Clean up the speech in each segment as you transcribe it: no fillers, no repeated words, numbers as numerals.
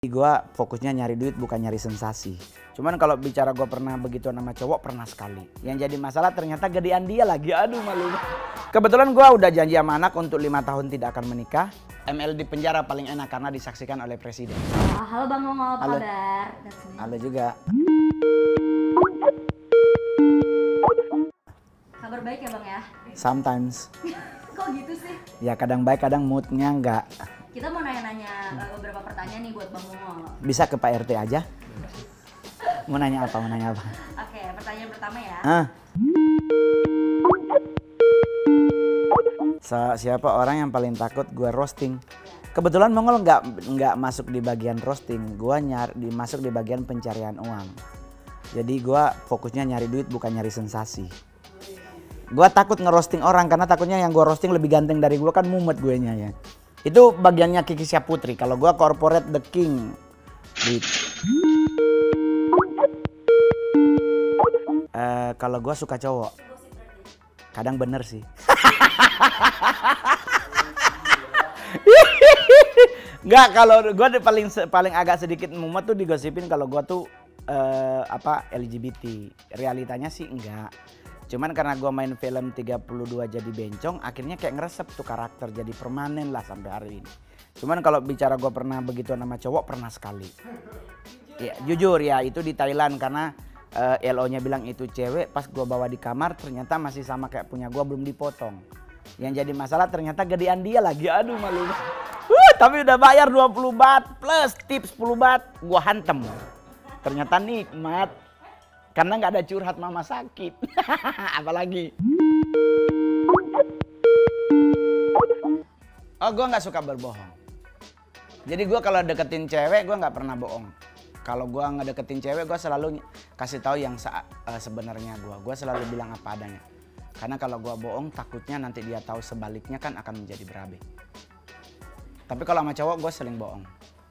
Gua fokusnya nyari duit bukan nyari sensasi. Cuman kalau bicara gua pernah begitu sama cowok pernah sekali. Yang jadi masalah ternyata gedean dia lagi, aduh malu. Kebetulan gua udah janji sama anak untuk 5 tahun tidak akan menikah. ML di penjara paling enak karena disaksikan oleh presiden. Halo Bang Mongol, apa kabar? Halo juga. Kabar baik ya Bang ya? Sometimes. Kok gitu sih? Ya kadang baik kadang moodnya enggak. Kita mau nanya-nanya beberapa pertanyaan nih buat Bang Mongol. Bisa ke Pak RT aja. Mau nanya apa? Oke, pertanyaan pertama ya. Siapa orang yang paling takut gue roasting? Kebetulan Mongol nggak masuk di bagian roasting, gue masuk di bagian pencarian uang. Jadi gue fokusnya nyari duit bukan nyari sensasi. Gue takut ngerosting orang karena takutnya yang gue roasting lebih ganteng dari gue kan mumet gue nya ya. Itu bagiannya Kiki Syaputri. Kalau gue corporate the king. Kalau gue suka cowok. Kadang bener sih. Enggak, kalau gue paling agak sedikit mumet tuh digosipin kalau gue tuh LGBT. Realitanya sih enggak. Cuman karena gue main film 32 jadi bencong, akhirnya kayak ngeresep tuh karakter jadi permanen lah sampai hari ini. Cuman kalau bicara gue pernah begitu sama cowok pernah sekali. Ya, jujur ya itu di Thailand karena LO-nya bilang itu cewek, pas gue bawa di kamar ternyata masih sama kayak punya gue, belum dipotong. Yang jadi masalah ternyata gedean dia lagi, aduh malu. Tapi udah bayar 20 baht plus tips 10 baht, gue hantem. Ternyata nikmat. Karena nggak ada curhat mama sakit. Apalagi. Oh, gue nggak suka berbohong. Jadi gue kalau deketin cewek gue nggak pernah bohong. Kalau gue ngedeketin cewek gue selalu kasih tahu yang sebenarnya gue. Gue selalu bilang apa adanya. Karena kalau gue bohong takutnya nanti dia tahu sebaliknya kan akan menjadi berabe. Tapi kalau sama cowok gue sering bohong.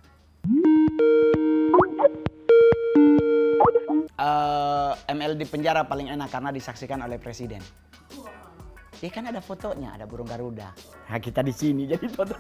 ML di penjara paling enak karena disaksikan oleh presiden. Iya kan ada fotonya, ada burung Garuda. Nah, kita di sini jadi foto.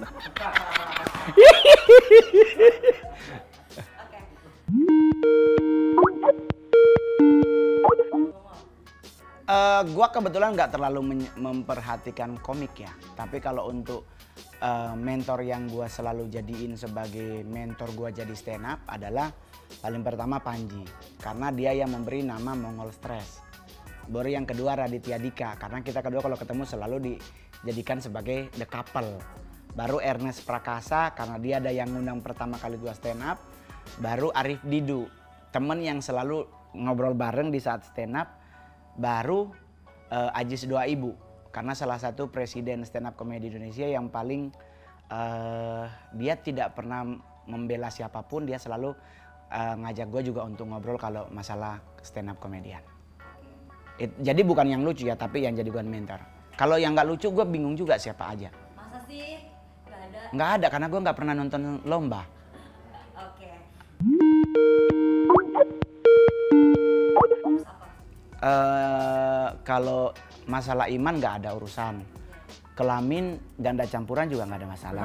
Gua kebetulan nggak terlalu memperhatikan komik ya. Tapi kalau untuk mentor yang gua selalu jadiin sebagai mentor gua jadi stand up adalah paling pertama Panji, karena dia yang memberi nama Mongol Stress. Baru yang kedua Raditya Dika, karena kita kedua kalau ketemu selalu dijadikan sebagai the couple. Baru Ernest Prakasa, karena dia ada yang ngundang pertama kali gua stand up. Baru Arif Didu, temen yang selalu ngobrol bareng di saat stand up. Baru Ajis Doa Ibu, karena salah satu presiden stand up komedi Indonesia yang paling dia tidak pernah membela siapapun, dia selalu ngajak gue juga untuk ngobrol kalau masalah stand up komedian. Jadi bukan yang lucu ya, tapi yang jadi gue mentor. Kalau yang nggak lucu gue bingung juga siapa aja. Masa sih? Nggak ada? Nggak ada karena gue nggak pernah nonton lomba. Oke. Kalau masalah iman nggak ada urusan. Kelamin ganda campuran juga nggak ada masalah.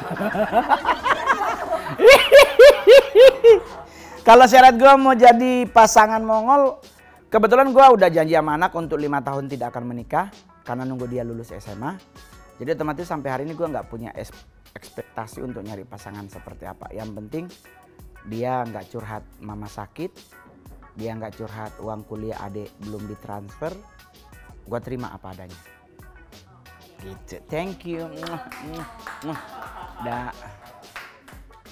Kalau syarat gue mau jadi pasangan Mongol, kebetulan gue udah janji sama anak untuk 5 tahun tidak akan menikah karena nunggu dia lulus SMA. Jadi otomatis sampai hari ini gue nggak punya ekspektasi untuk nyari pasangan seperti apa. Yang penting dia nggak curhat mama sakit, dia nggak curhat uang kuliah adik belum ditransfer, gue terima apa adanya. Gitu. Thank you. Dah.